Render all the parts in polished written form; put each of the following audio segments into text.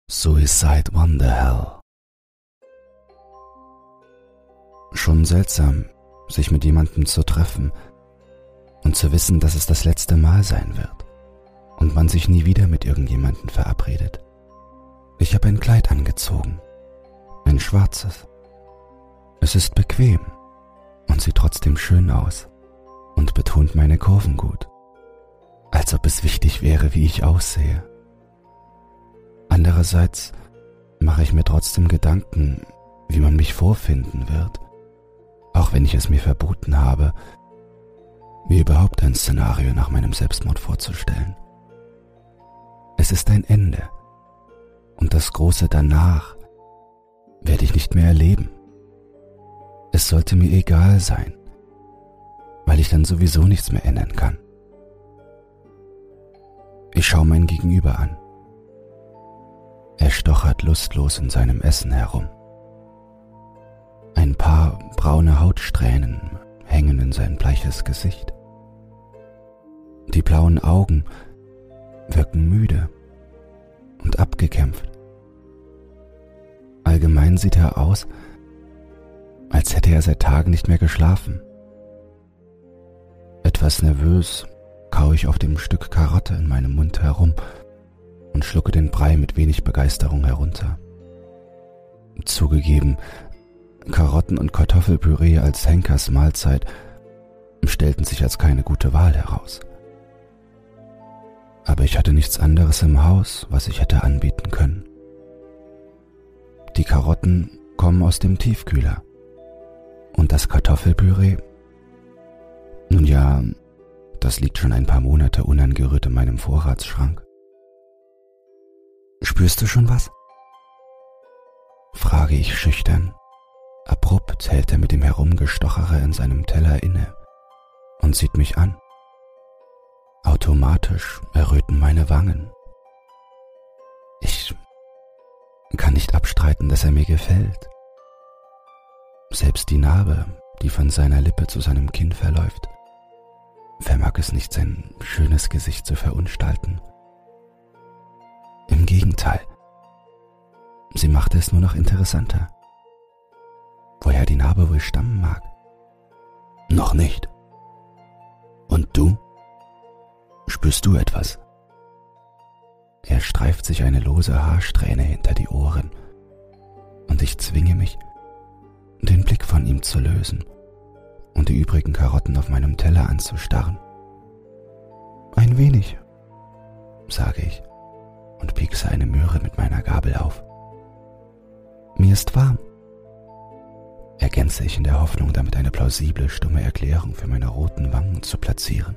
Suicide Wonder Hell. Schon seltsam, sich mit jemandem zu treffen und zu wissen, dass es das letzte Mal sein wird und man sich nie wieder mit irgendjemandem verabredet. Ich habe ein Kleid angezogen, ein schwarzes. Es ist bequem und sieht trotzdem schön aus und betont meine Kurven gut, als ob es wichtig wäre, wie ich aussehe. Andererseits mache ich mir trotzdem Gedanken, wie man mich vorfinden wird, auch wenn ich es mir verboten habe, mir überhaupt ein Szenario nach meinem Selbstmord vorzustellen. Es ist ein Ende und das große Danach werde ich nicht mehr erleben. Es sollte mir egal sein, weil ich dann sowieso nichts mehr ändern kann. Ich schaue mein Gegenüber an. Er stochert lustlos in seinem Essen herum. Ein paar braune Hautsträhnen hängen in sein bleiches Gesicht. Die blauen Augen wirken müde und abgekämpft. Allgemein sieht er aus, als hätte er seit Tagen nicht mehr geschlafen. Etwas nervös kaue ich auf dem Stück Karotte in meinem Mund herum und schlucke den Brei mit wenig Begeisterung herunter. Zugegeben, Karotten- und Kartoffelpüree als Henkers Mahlzeit stellten sich als keine gute Wahl heraus. Aber ich hatte nichts anderes im Haus, was ich hätte anbieten können. Die Karotten kommen aus dem Tiefkühler. Und das Kartoffelpüree? Nun ja, das liegt schon ein paar Monate unangerührt in meinem Vorratsschrank. Spürst du schon was? Frage ich schüchtern. Abrupt hält er mit dem Herumgestochere in seinem Teller inne und sieht mich an. Automatisch erröten meine Wangen. Ich kann nicht abstreiten, dass er mir gefällt. Selbst die Narbe, die von seiner Lippe zu seinem Kinn verläuft, vermag es nicht, sein schönes Gesicht zu verunstalten. Im Gegenteil, sie machte es nur noch interessanter. Woher die Narbe wohl stammen mag? Noch nicht. Und du? Spürst du etwas? Er streift sich eine lose Haarsträhne hinter die Ohren und ich zwinge mich, den Blick von ihm zu lösen und die übrigen Karotten auf meinem Teller anzustarren. Ein wenig, sage ich und piekse eine Möhre mit meiner Gabel auf. Mir ist warm, ergänze ich in der Hoffnung, damit eine plausible, stumme Erklärung für meine roten Wangen zu platzieren.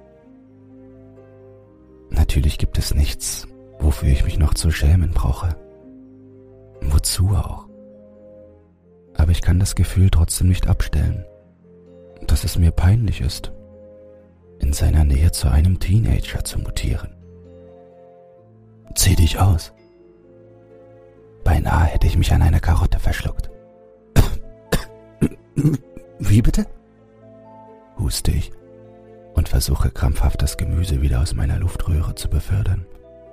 Natürlich gibt es nichts, wofür ich mich noch zu schämen brauche. Wozu auch? Aber ich kann das Gefühl trotzdem nicht abstellen, dass es mir peinlich ist, in seiner Nähe zu einem Teenager zu mutieren. Zieh dich aus. Beinahe hätte ich mich an einer Karotte verschluckt. Wie bitte? Huste ich und versuche krampfhaft das Gemüse wieder aus meiner Luftröhre zu befördern.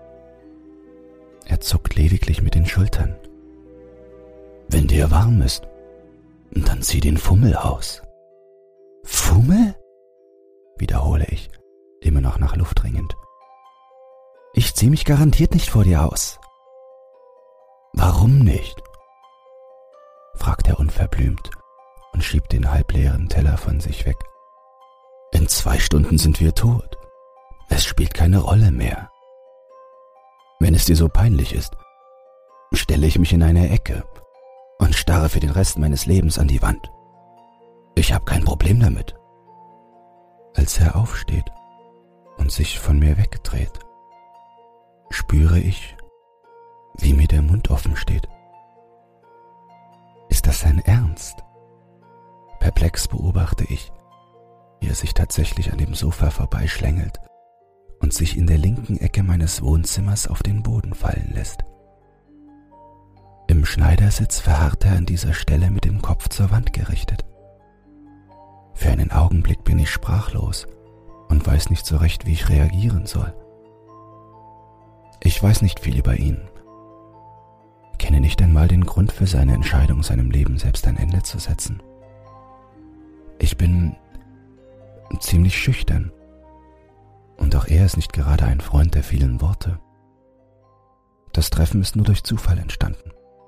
Er zuckt lediglich mit den Schultern. Wenn dir warm ist, dann zieh den Fummel aus. Fummel? Wiederhole ich, immer noch nach Luft ringend. Ich zieh mich garantiert nicht vor dir aus. Warum nicht? Fragt er unverblümt und schiebt den halbleeren Teller von sich weg. In 2 Stunden sind wir tot. Es spielt keine Rolle mehr. Wenn es dir so peinlich ist, stelle ich mich in eine Ecke und starre für den Rest meines Lebens an die Wand. Ich habe kein Problem damit. Als er aufsteht und sich von mir wegdreht, spüre ich, wie mir der Mund offen steht. Ist das sein Ernst? Perplex beobachte ich, wie er sich tatsächlich an dem Sofa vorbeischlängelt und sich in der linken Ecke meines Wohnzimmers auf den Boden fallen lässt. Im Schneidersitz verharrt er an dieser Stelle mit dem Kopf zur Wand gerichtet. Für einen Augenblick bin ich sprachlos und weiß nicht so recht, wie ich reagieren soll. Ich weiß nicht viel über ihn, nicht einmal den Grund für seine Entscheidung, seinem Leben selbst ein Ende zu setzen. Ich bin ziemlich schüchtern und auch er ist nicht gerade ein Freund der vielen Worte. Das Treffen ist nur durch Zufall entstanden.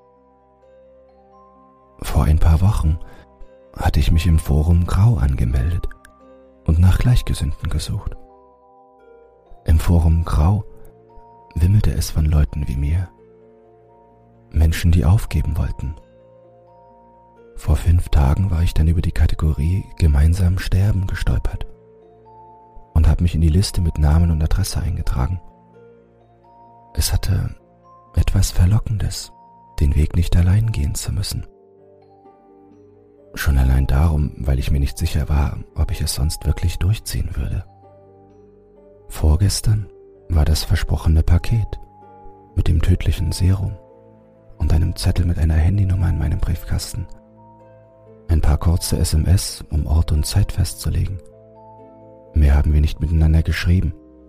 Vor ein paar Wochen hatte ich mich im Forum Grau angemeldet und nach Gleichgesinnten gesucht. Im Forum Grau wimmelte es von Leuten wie mir. Menschen, die aufgeben wollten. Vor 5 Tagen war ich dann über die Kategorie Gemeinsam sterben gestolpert und habe mich in die Liste mit Namen und Adresse eingetragen. Es hatte etwas Verlockendes, den Weg nicht allein gehen zu müssen. Schon allein darum, weil ich mir nicht sicher war, ob ich es sonst wirklich durchziehen würde. Vorgestern war das versprochene Paket mit dem tödlichen Serum und einem Zettel mit einer Handynummer in meinem Briefkasten. Ein paar kurze SMS, um Ort und Zeit festzulegen. Mehr haben wir nicht miteinander geschrieben.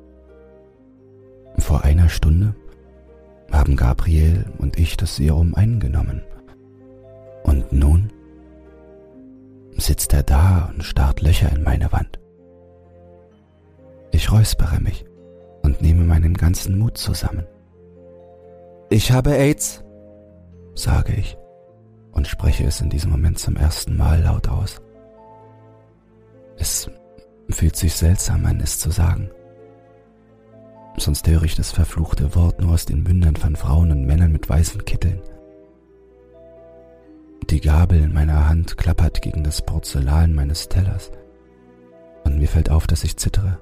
Vor einer Stunde haben Gabriel und ich das Serum eingenommen. Und nun sitzt er da und starrt Löcher in meine Wand. Ich räuspere mich und nehme meinen ganzen Mut zusammen. Ich habe AIDS, sage ich und spreche es in diesem Moment zum ersten Mal laut aus. Es fühlt sich seltsam an, es zu sagen. Sonst höre ich das verfluchte Wort nur aus den Mündern von Frauen und Männern mit weißen Kitteln. Die Gabel in meiner Hand klappert gegen das Porzellan meines Tellers und mir fällt auf, dass ich zittere.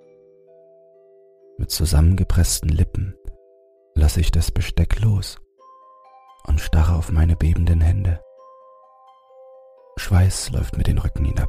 Mit zusammengepressten Lippen lasse ich das Besteck los und starre auf meine bebenden Hände. Schweiß läuft mir den Rücken hinab.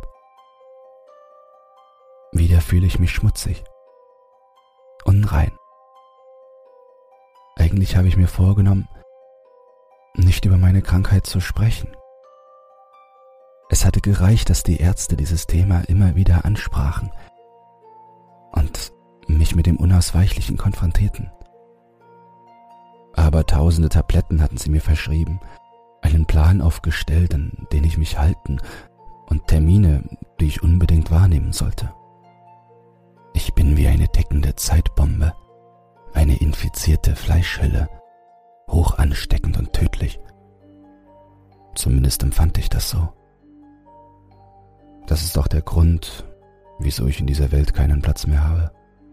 Wieder fühle ich mich schmutzig, unrein. Eigentlich habe ich mir vorgenommen, nicht über meine Krankheit zu sprechen. Es hatte gereicht, dass die Ärzte dieses Thema immer wieder ansprachen und mich mit dem Unausweichlichen konfrontierten. Aber tausende Tabletten hatten sie mir verschrieben, einen Plan aufgestellt, an den ich mich halten und Termine, die ich unbedingt wahrnehmen sollte. Ich bin wie eine tickende Zeitbombe, eine infizierte Fleischhülle, hoch ansteckend und tödlich. Zumindest empfand ich das so. Das ist auch der Grund, wieso ich in dieser Welt keinen Platz mehr habe.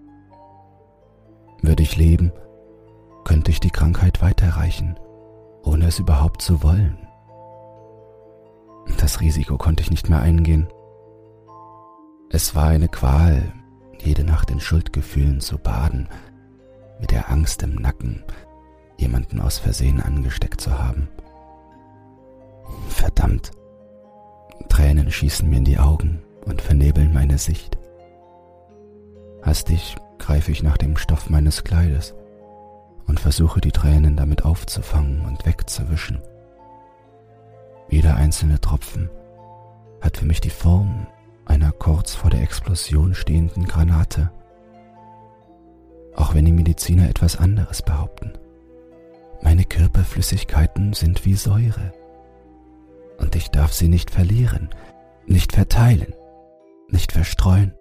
Würde ich leben, könnte ich die Krankheit weiterreichen, ohne es überhaupt zu wollen. Das Risiko konnte ich nicht mehr eingehen. Es war eine Qual, jede Nacht in Schuldgefühlen zu baden, mit der Angst im Nacken, jemanden aus Versehen angesteckt zu haben. Verdammt, Tränen schießen mir in die Augen und vernebeln meine Sicht. Hastig greife ich nach dem Stoff meines Kleides und versuche die Tränen damit aufzufangen und wegzuwischen. Jeder einzelne Tropfen hat für mich die Form einer kurz vor der Explosion stehenden Granate. Auch wenn die Mediziner etwas anderes behaupten. Meine Körperflüssigkeiten sind wie Säure. Und ich darf sie nicht verlieren, nicht verteilen, nicht verstreuen.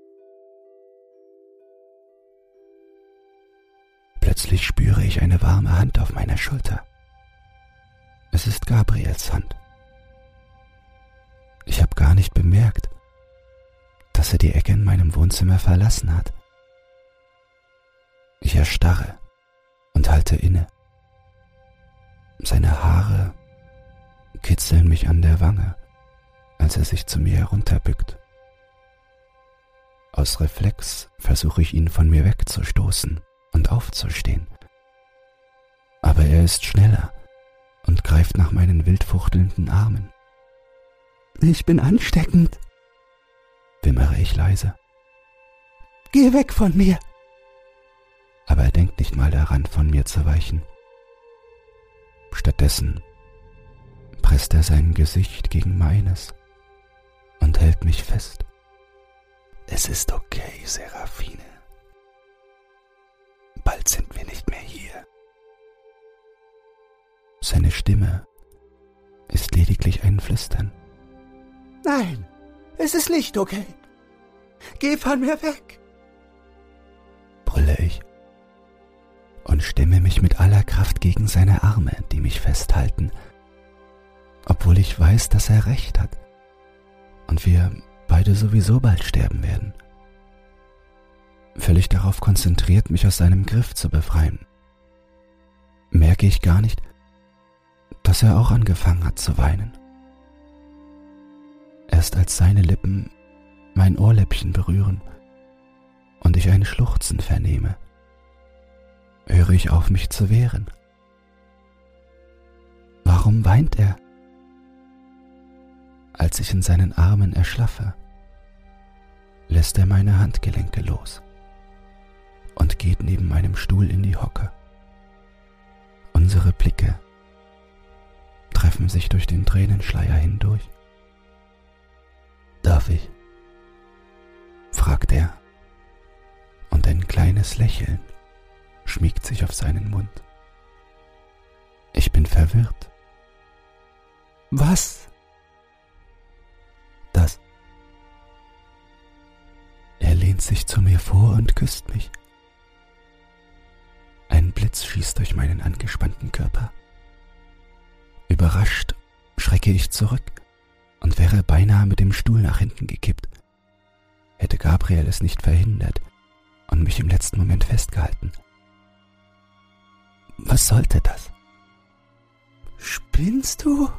Plötzlich spüre ich eine warme Hand auf meiner Schulter. Es ist Gabriels Hand. Ich habe gar nicht bemerkt, dass er die Ecke in meinem Wohnzimmer verlassen hat. Ich erstarre und halte inne. Seine Haare kitzeln mich an der Wange, als er sich zu mir herunterbückt. Aus Reflex versuche ich ihn von mir wegzustoßen und aufzustehen. Aber er ist schneller und greift nach meinen wild fuchtelnden Armen. Ich bin ansteckend, wimmere ich leise. Geh weg von mir! Aber er denkt nicht mal daran, von mir zu weichen. Stattdessen presst er sein Gesicht gegen meines und hält mich fest. Es ist okay, Seraphine. Bald sind wir nicht mehr hier. Seine Stimme ist lediglich ein Flüstern. Nein, es ist nicht okay. Geh von mir weg, brülle ich und stemme mich mit aller Kraft gegen seine Arme, die mich festhalten, obwohl ich weiß, dass er recht hat und wir beide sowieso bald sterben werden. Völlig darauf konzentriert, mich aus seinem Griff zu befreien, merke ich gar nicht, dass er auch angefangen hat zu weinen. Erst als seine Lippen mein Ohrläppchen berühren und ich ein Schluchzen vernehme, höre ich auf, mich zu wehren. Warum weint er? Als ich in seinen Armen erschlaffe, lässt er meine Handgelenke los und geht neben meinem Stuhl in die Hocke. Unsere Blicke treffen sich durch den Tränenschleier hindurch. Darf ich? Fragt er, und ein kleines Lächeln schmiegt sich auf seinen Mund. Ich bin verwirrt. Was? Das. Er lehnt sich zu mir vor und küsst mich. Ein Blitz schießt durch meinen angespannten Körper. Überrascht schrecke ich zurück und wäre beinahe mit dem Stuhl nach hinten gekippt, hätte Gabriel es nicht verhindert und mich im letzten Moment festgehalten. Was sollte das? Spinnst du?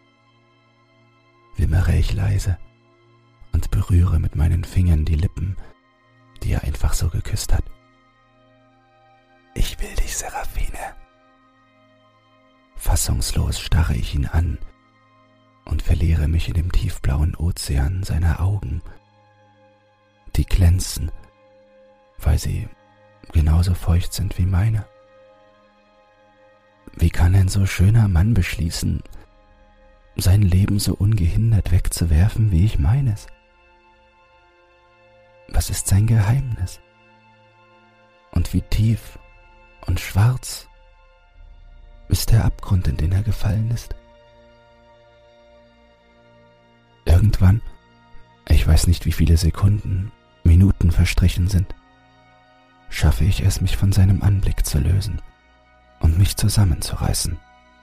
Wimmere ich leise und berühre mit meinen Fingern die Lippen, die er einfach so geküsst hat. Ich will dich, Seraphine. Fassungslos starre ich ihn an und verliere mich in dem tiefblauen Ozean seiner Augen, die glänzen, weil sie genauso feucht sind wie meine. Wie kann ein so schöner Mann beschließen, sein Leben so ungehindert wegzuwerfen wie ich meines? Was ist sein Geheimnis? Und wie tief und schwarz ist der Abgrund, in den er gefallen ist? Irgendwann, ich weiß nicht, wie viele Sekunden, Minuten verstrichen sind, schaffe ich es, mich von seinem Anblick zu lösen und mich zusammenzureißen.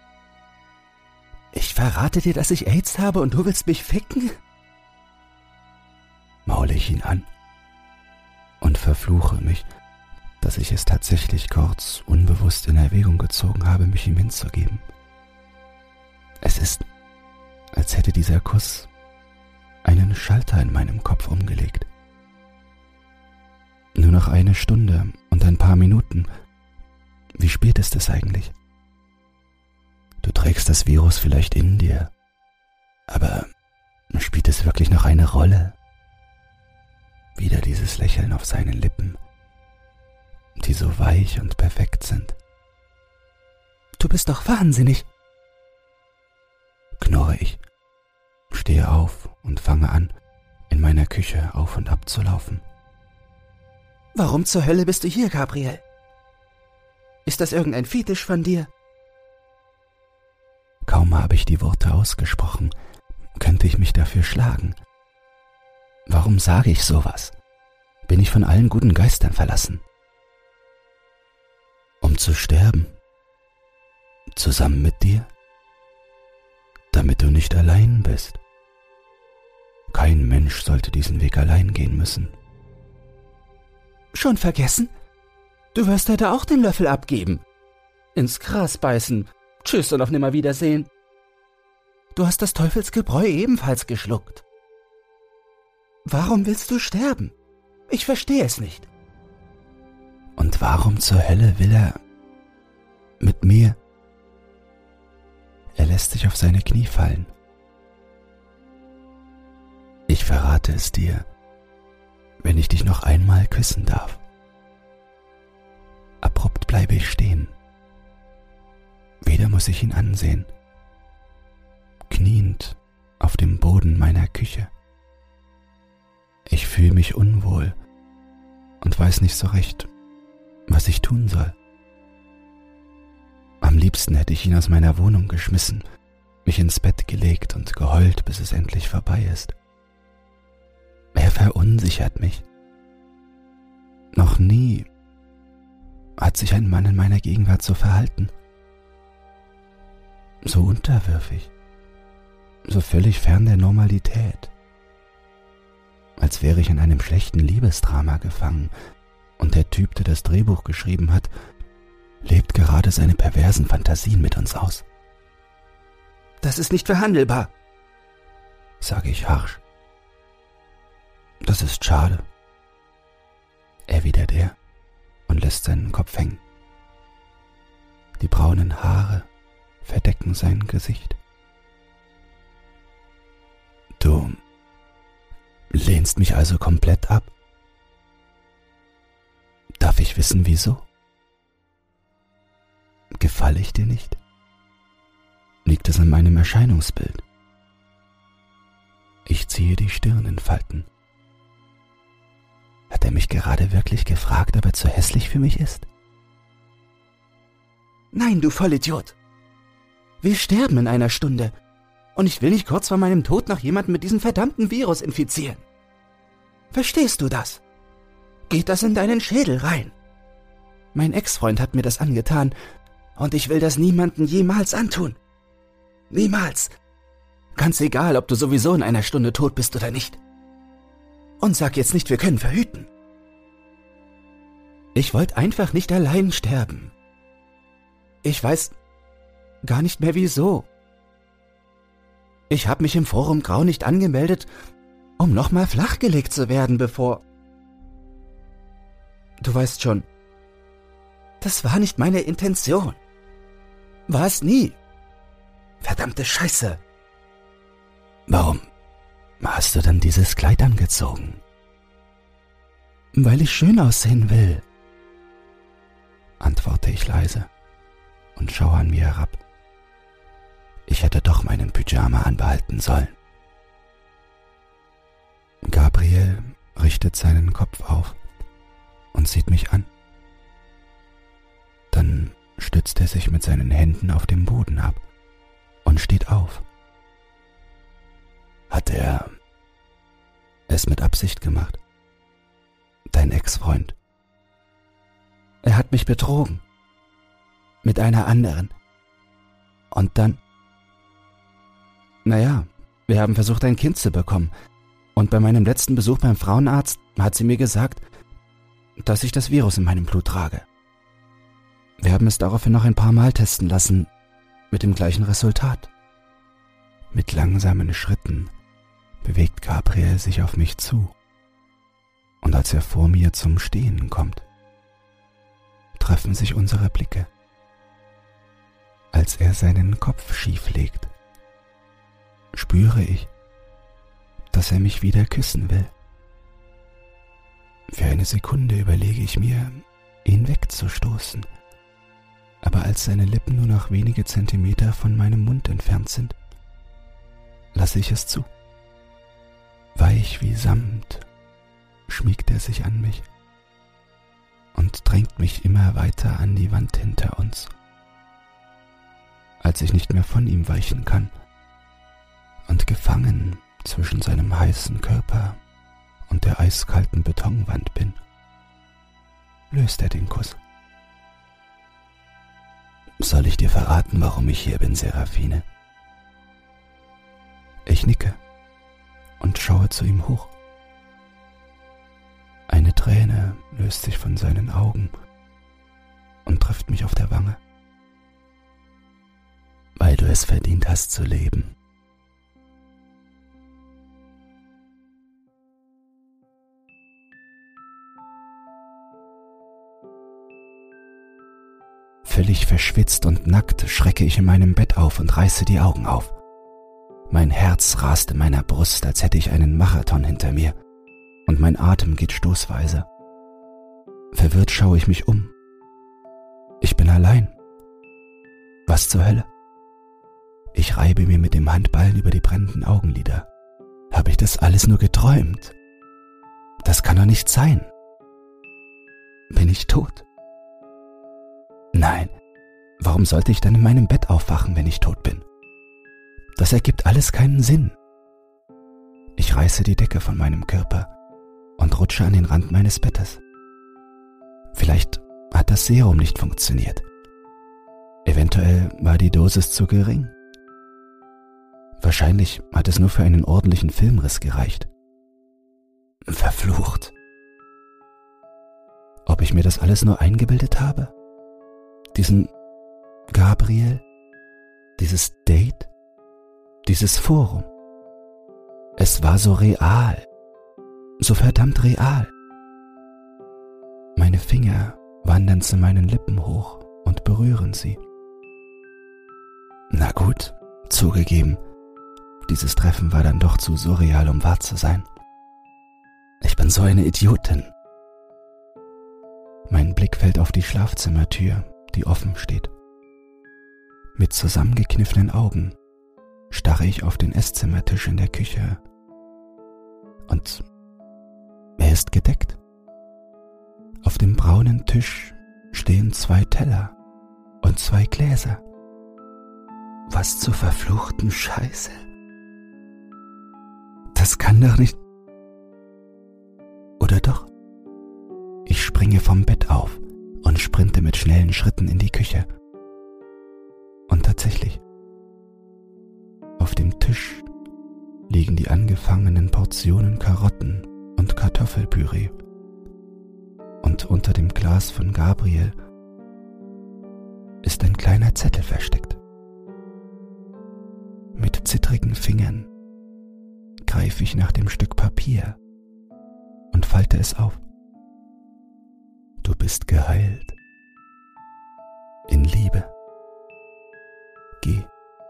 Ich verrate dir, dass ich AIDS habe und du willst mich ficken? Maule ich ihn an und verfluche mich, dass ich es tatsächlich kurz unbewusst in Erwägung gezogen habe, mich ihm hinzugeben. Es ist, als hätte dieser Kuss einen Schalter in meinem Kopf umgelegt. Nur noch eine Stunde und ein paar Minuten. Wie spät ist es eigentlich? Du trägst das Virus vielleicht in dir, aber spielt es wirklich noch eine Rolle? Wieder dieses Lächeln auf seinen Lippen, die so weich und perfekt sind. Du bist doch wahnsinnig, knurre ich, stehe auf und fange an, in meiner Küche auf und ab zu laufen. Warum zur Hölle bist du hier, Gabriel? Ist das irgendein Fetisch von dir? Kaum habe ich die Worte ausgesprochen, könnte ich mich dafür schlagen. Warum sage ich sowas? Bin ich von allen guten Geistern verlassen? Um zu sterben? Zusammen mit dir? Damit du nicht allein bist. Kein Mensch sollte diesen Weg allein gehen müssen. Schon vergessen? Du wirst heute auch den Löffel abgeben. Ins Gras beißen. Tschüss und auf Nimmerwiedersehen. Du hast das Teufelsgebräu ebenfalls geschluckt. Warum willst du sterben? Ich verstehe es nicht. Und warum zur Hölle will er mit mir? Er lässt sich auf seine Knie fallen. Ich verrate es dir, wenn ich dich noch einmal küssen darf. Abrupt bleibe ich stehen. Wieder muss ich ihn ansehen, kniend auf dem Boden meiner Küche. Ich fühle mich unwohl und weiß nicht so recht, was ich tun soll. Am liebsten liebsten hätte ich ihn aus meiner Wohnung geschmissen, mich ins Bett gelegt und geheult, bis es endlich vorbei ist. Er verunsichert mich. Noch nie hat sich ein Mann in meiner Gegenwart so verhalten. So unterwürfig, so völlig fern der Normalität. Als wäre ich in einem schlechten Liebesdrama gefangen und der Typ, der das Drehbuch geschrieben hat, lebt gerade seine perversen Fantasien mit uns aus. Das ist nicht verhandelbar, sage ich harsch. Das ist schade, erwidert er und lässt seinen Kopf hängen. Die braunen Haare verdecken sein Gesicht. Du lehnst mich also komplett ab? Darf ich wissen, wieso? Gefalle ich dir nicht? Liegt es an meinem Erscheinungsbild? Ich ziehe die Stirn in Falten. Hat er mich gerade wirklich gefragt, ob er zu hässlich für mich ist? Nein, du Vollidiot. Wir sterben in einer Stunde. Und ich will nicht kurz vor meinem Tod noch jemanden mit diesem verdammten Virus infizieren. Verstehst du das? Geht das in deinen Schädel rein? Mein Ex-Freund hat mir das angetan und ich will das niemandem jemals antun. Niemals. Ganz egal, ob du sowieso in einer Stunde tot bist oder nicht. Und sag jetzt nicht, wir können verhüten. Ich wollte einfach nicht allein sterben. Ich weiß gar nicht mehr wieso. Ich habe mich im Forum Grau nicht angemeldet, um nochmal flachgelegt zu werden, bevor... Du weißt schon, das war nicht meine Intention. War es nie. Verdammte Scheiße. Warum hast du dann dieses Kleid angezogen? Weil ich schön aussehen will, antworte ich leise und schaue an mir herab. Ich hätte doch meinen Pyjama anbehalten sollen. Gabriel richtet seinen Kopf auf und sieht mich an. Dann stützt er sich mit seinen Händen auf dem Boden ab und steht auf. Hat er es mit Absicht gemacht? Dein Ex-Freund? Er hat mich betrogen. Mit einer anderen. Und dann... Naja, wir haben versucht, ein Kind zu bekommen. Und bei meinem letzten Besuch beim Frauenarzt hat sie mir gesagt, dass ich das Virus in meinem Blut trage. Wir haben es daraufhin noch ein paar Mal testen lassen, mit dem gleichen Resultat. Mit langsamen Schritten bewegt Gabriel sich auf mich zu. Und als er vor mir zum Stehen kommt, treffen sich unsere Blicke. Als er seinen Kopf schief legt, spüre ich, dass er mich wieder küssen will. Für eine Sekunde überlege ich mir, ihn wegzustoßen, aber als seine Lippen nur noch wenige Zentimeter von meinem Mund entfernt sind, lasse ich es zu. Weich wie Samt schmiegt er sich an mich und drängt mich immer weiter an die Wand hinter uns. Als ich nicht mehr von ihm weichen kann und gefangen zwischen seinem heißen Körper und der eiskalten Betonwand bin, löst er den Kuss. Soll ich dir verraten, warum ich hier bin, Seraphine? Ich nicke und schaue zu ihm hoch. Eine Träne löst sich von seinen Augen und trifft mich auf der Wange. Weil du es verdient hast zu leben. Völlig verschwitzt und nackt schrecke ich in meinem Bett auf und reiße die Augen auf. Mein Herz rast in meiner Brust, als hätte ich einen Marathon hinter mir, und mein Atem geht stoßweise. Verwirrt schaue ich mich um. Ich bin allein. Was zur Hölle? Ich reibe mir mit dem Handballen über die brennenden Augenlider. Habe ich das alles nur geträumt? Das kann doch nicht sein. Bin ich tot? Nein, Warum sollte ich dann in meinem Bett aufwachen, wenn ich tot bin? Das ergibt alles keinen Sinn. Ich reiße die Decke von meinem Körper und rutsche an den Rand meines Bettes. Vielleicht hat das Serum nicht funktioniert. Eventuell war die Dosis zu gering. Wahrscheinlich hat es nur für einen ordentlichen Filmriss gereicht. Verflucht. Ob ich mir das alles nur eingebildet habe? Diesen Gabriel? Dieses Date? Dieses Forum? Es war so real. So verdammt real. Meine Finger wandern zu meinen Lippen hoch und berühren sie. Na gut, zugegeben, dieses Treffen war dann doch zu surreal, um wahr zu sein. Ich bin so eine Idiotin. Mein Blick fällt auf die Schlafzimmertür, die offen steht. Mit zusammengekniffenen Augen starre ich auf den Esszimmertisch in der Küche und er ist gedeckt. Auf dem braunen Tisch stehen 2 Teller und 2 Gläser. Was zur verfluchten Scheiße. Das kann doch nicht... Oder doch? Ich springe vom Bett auf und sprinte mit schnellen Schritten in die Küche. Und tatsächlich, auf dem Tisch liegen die angefangenen Portionen Karotten und Kartoffelpüree. Und unter dem Glas von Gabriel ist ein kleiner Zettel versteckt. Mit zittrigen Fingern greife ich nach dem Stück Papier und falte es auf. Du bist geheilt. In Liebe. Geh.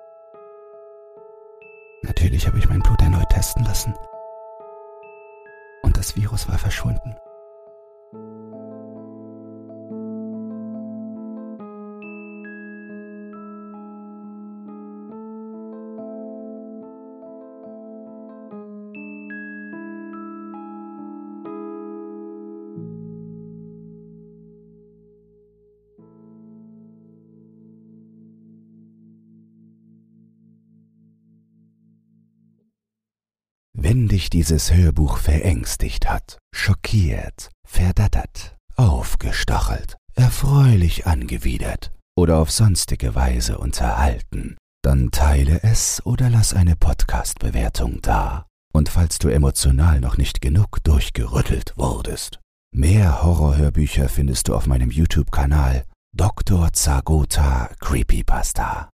Natürlich habe ich mein Blut erneut testen lassen. Und das Virus war verschwunden. Wenn dich dieses Hörbuch verängstigt hat, schockiert, verdattert, aufgestachelt, erfreulich angewidert oder auf sonstige Weise unterhalten, dann teile es oder lass eine Podcast-Bewertung da. Und falls du emotional noch nicht genug durchgerüttelt wurdest, mehr Horrorhörbücher findest du auf meinem YouTube-Kanal Dr. Zagota Creepypasta.